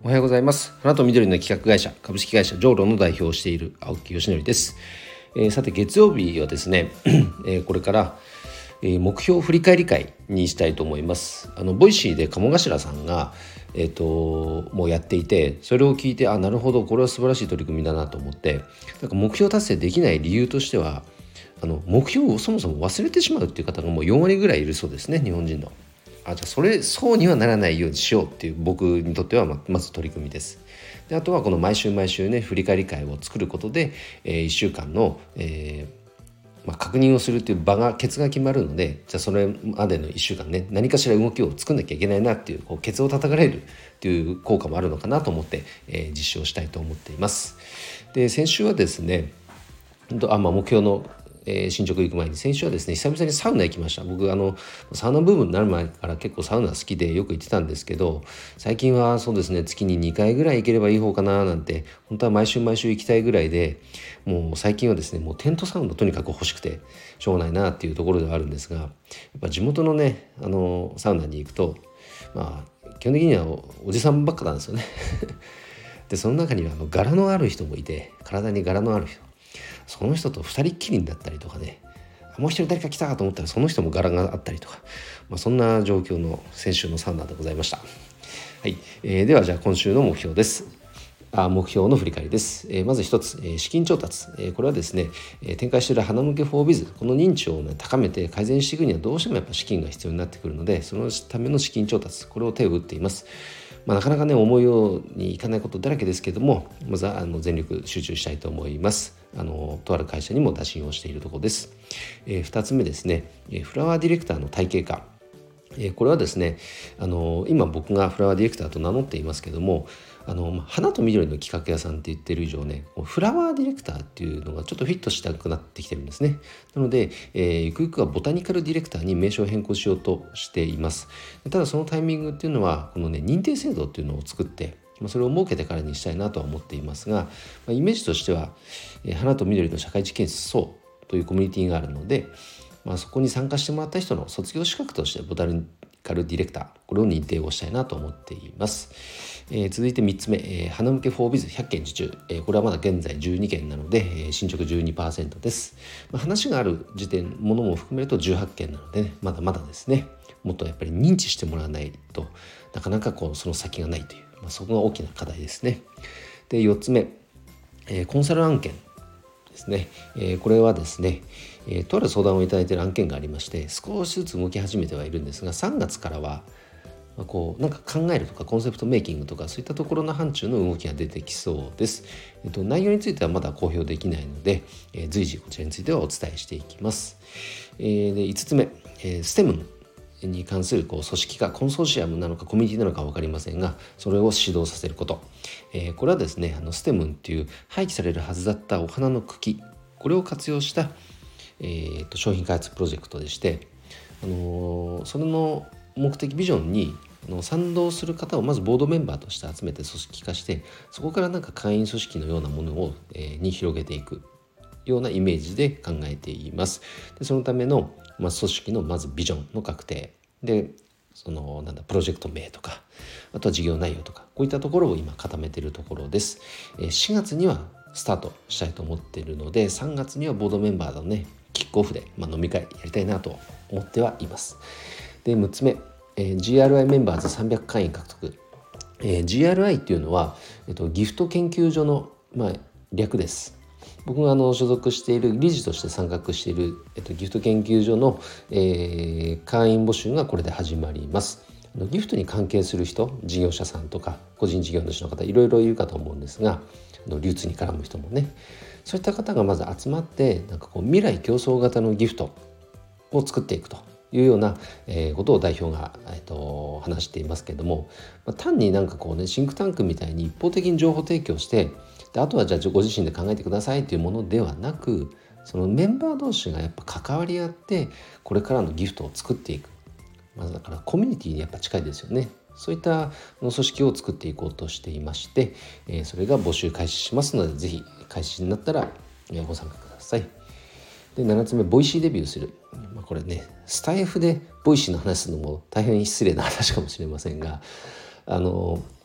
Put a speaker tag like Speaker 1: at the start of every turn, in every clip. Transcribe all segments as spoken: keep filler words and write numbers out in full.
Speaker 1: おはようございます。花と緑の企画会社株式会社ジョーロの代表をしている青木よしのりです。えー、さて月曜日はですね、えー、これから、えー、目標振り返り会にしたいと思います。あのボイシーで鴨頭さんが、えー、ともうやっていて、それを聞いてあなるほどこれは素晴らしい取り組みだなと思って、なんか目標達成できない理由としてはあの目標をそもそも忘れてしまうっていう方がもうよんわりぐらいいるそうですね、日本人の。あじゃあそれそうにはならないようにしようっていう僕にとっては ま, まず取り組みです。であとはこの毎週毎週ね振り返り会を作ることで、えー、いっしゅうかんの、えーまあ、確認をするっていう場がケツが決まるので、じゃあそれまでのいっしゅうかんね何かしら動きを作んなきゃいけないなっていう、こうケツを叩かれるっていう効果もあるのかなと思って、えー、実施をしたいと思っています。で先週はですねあ、まあ、目標のえー、進捗行く前に先週はですね久々にサウナ行きました。僕あのサウナブームになる前から結構サウナ好きでよく行ってたんですけど、最近はそうですね月ににかいぐらい行ければいい方かななんて、本当は毎週毎週行きたいぐらいで、もう最近はですねもうテントサウナとにかく欲しくてしょうがないなっていうところではあるんですが、やっぱ地元のねあのサウナに行くとまあ基本的には お, おじさんばっかなんですよねでその中にはあの柄のある人もいて、体に柄のある人、その人と二人っきりだったりとかね、もう一人誰か来たと思ったらその人も柄があったりとか、まあ、そんな状況の先週のサウナでございました。はい、えー、ではじゃあ今週の目標です。あ目標の振り返りです。えー、まず一つ、えー、資金調達、えー、これはですね、えー、展開している花向け フォービズ、この認知を、ね、高めて改善していくにはどうしてもやっぱ資金が必要になってくるので、そのための資金調達、これを手を打っています。まあ、なかなかね思うようにいかないことだらけですけども、まずはあの全力集中したいと思います。あのとある会社にも打診をしているところです。えー、ふたつめですね、フラワーディレクターの体系化。えー、これはですねあの今僕がフラワーディレクターと名乗っていますけども、あの花と緑の企画屋さんって言ってる以上ね、フラワーディレクターっていうのがちょっとフィットしたくなってきてるんですね。なので、えー、ゆくゆくはボタニカルディレクターに名称を変更しようとしています。ただそのタイミングっていうのはこのね認定制度っていうのを作って、それを設けてからにしたいなとは思っていますが、イメージとしては、えー、花と緑の社会実験室層というコミュニティがあるので、まあ、そこに参加してもらった人の卒業資格としてボタニカルディレクター、これを認定をしたいなと思っています。えー、続いてみっつめ、えー、花向け フォービズひゃっけん受注、えー、これはまだ現在じゅうにけんなので、えー、進捗 じゅうにパーセント です。まあ、話がある時点ものも含めるとじゅうはっけんなので、ね、まだまだですね。もっとやっぱり認知してもらわないとなかなかこうその先がないという、まあ、そこが大きな課題ですね。でよっつめ、えー、コンサル案件ですね。えー、これはですね、えー、とある相談をいただいている案件がありまして、少しずつ動き始めてはいるんですが、さんがつからは、まあ、こうなんか考えるとかコンセプトメイキングとかそういったところの範疇の動きが出てきそうです。えっと、内容についてはまだ公表できないので、えー、随時こちらについてはお伝えしていきます。えー、でいつつめ、えー、ステムに関するこう組織化、コンソーシアムなのかコミュニティなのか分かりませんが、それを指導させること、えー、これはですねあのステムっていう廃棄されるはずだったお花の茎、これを活用した、えー、と商品開発プロジェクトでして、あのー、それの目的ビジョンにあの賛同する方をまずボードメンバーとして集めて組織化して、そこからなんか会員組織のようなものを、えー、に広げていくようなイメージで考えています。でそのための、まあ、組織のまずビジョンの確定で、そのなんだプロジェクト名とか、あとは事業内容とか、こういったところを今固めているところです。えー、しがつにはスタートしたいと思っているので、さんがつにはボードメンバーのねキックオフで、まあ、飲み会やりたいなと思ってはいます。でむっつめ、えー、ジーアールアイ メンバーズさんびゃくかい員獲得、えー、ジーアールアイ っていうのは、えっと、ギフト研究所の、まあ、略です。僕があの所属している理事として参画している、えっと、ギフト研究所の、えー、会員募集がこれで始まります。ギフトに関係する人、事業者さんとか個人事業主の方いろいろいるかと思うんですが、流通に絡む人もね、そういった方がまず集まって、なんかこう未来競争型のギフトを作っていくというようなことを代表が、えっと、話していますけれども、まあ、単になんかこうねシンクタンクみたいに一方的に情報提供して、であとはじゃあご自身で考えてくださいというものではなく、そのメンバー同士がやっぱ関わり合ってこれからのギフトを作っていく、まあ、だからコミュニティにやっぱ近いですよね。そういった組織を作っていこうとしていまして、えー、それが募集開始しますので、ぜひ開始になったらご参加ください。でななつめ、ボイシーデビューする。まあ、これねスタイフでボイシーの話するのも大変失礼な話かもしれませんが、あの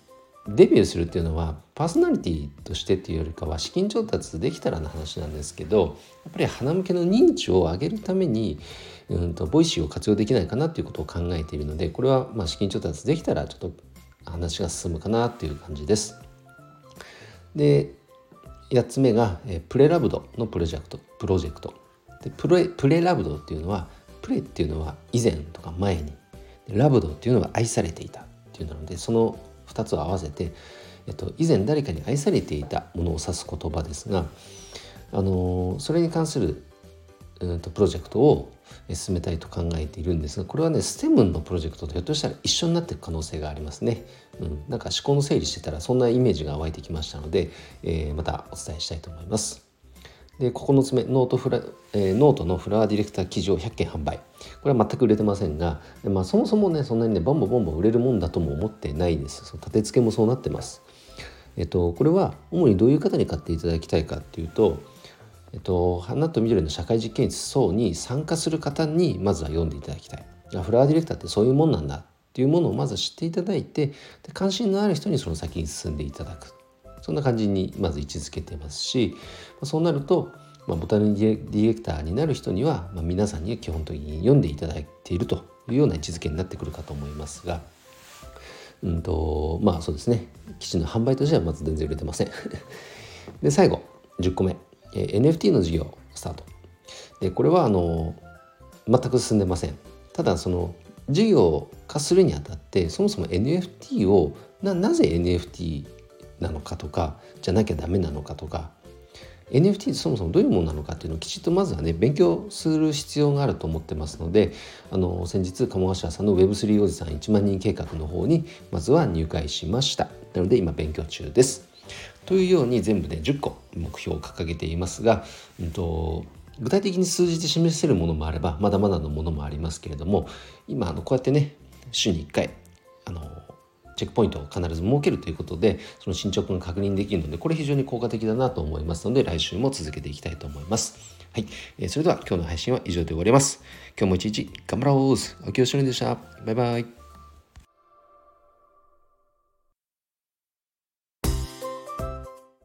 Speaker 1: デビューするっていうのはパーソナリティとしてっていうよりかは資金調達できたらの話なんですけど、やっぱり花向けの認知を上げるためにうんとボイシーを活用できないかなっていうことを考えているので、これはまあ資金調達できたらちょっと話が進むかなっていう感じです。でやっつめがえプレラブドのプロジェクトプロジェクトでプレプレラブドっていうのは、プレっていうのは以前とか前に、ラブドっていうのは愛されていたっていうので、そのふたつを合わせて、えっと、以前誰かに愛されていたものを指す言葉ですが、あのそれに関する、うん、とプロジェクトを進めたいと考えているんですが、これはねステムのプロジェクトとひょっとしたら一緒になっていく可能性がありますね。うん、なんか思考の整理してたらそんなイメージが湧いてきましたので、えー、またお伝えしたいと思います。でここのつめノートフラ、えー、ノートのフラワーディレクター記事をひゃっけん販売。これは全く売れてませんが、で、まあ、そもそもねそんなにねボンボンボンボン売れるもんだとも思ってないです。その立て付けもそうなってます。えっとこれは主にどういう方に買っていただきたいかっていうと、えっと花と緑の社会実験室層に参加する方にまずは読んでいただきたい。フラワーディレクターってそういうもんなんだっていうものをまず知っていただいて、で関心のある人にその先に進んでいただく、そんな感じにまず位置づけてますし、そうなると、まあ、ボタニディレクターになる人には、まあ、皆さんに基本的に読んでいただいているというような位置づけになってくるかと思いますが、うんとまあそうですね、記事の販売としてはまず全然売れてませんで最後じゅっこめ、えー、エヌエフティー の事業スタートで、これはあの全く進んでません。ただその事業化するにあたって、そもそも エヌエフティー を な, なぜ エヌエフティー なのかとか、じゃなきゃダメなのかとか、 エヌエフティー ってそもそもどういうものなのかっていうのをきちっとまずはね勉強する必要があると思ってますので、あの先日鴨頭さんの ウェブスリー おじさんいちまんにん計画の方にまずは入会しました。なので今勉強中です。というように全部でじゅっこ目標を掲げていますが、うんと具体的に数字で示せるものもあればまだまだのものもありますけれども、今あのこうやってね週にいっかいあのチェックポイントを必ず設けるということで、その進捗が確認できるので、これ非常に効果的だなと思いますので、来週も続けていきたいと思います。はい、えー、それでは今日の配信は以上で終わります。今日も一日頑張ろう。青木よしのりでした。バイバイ。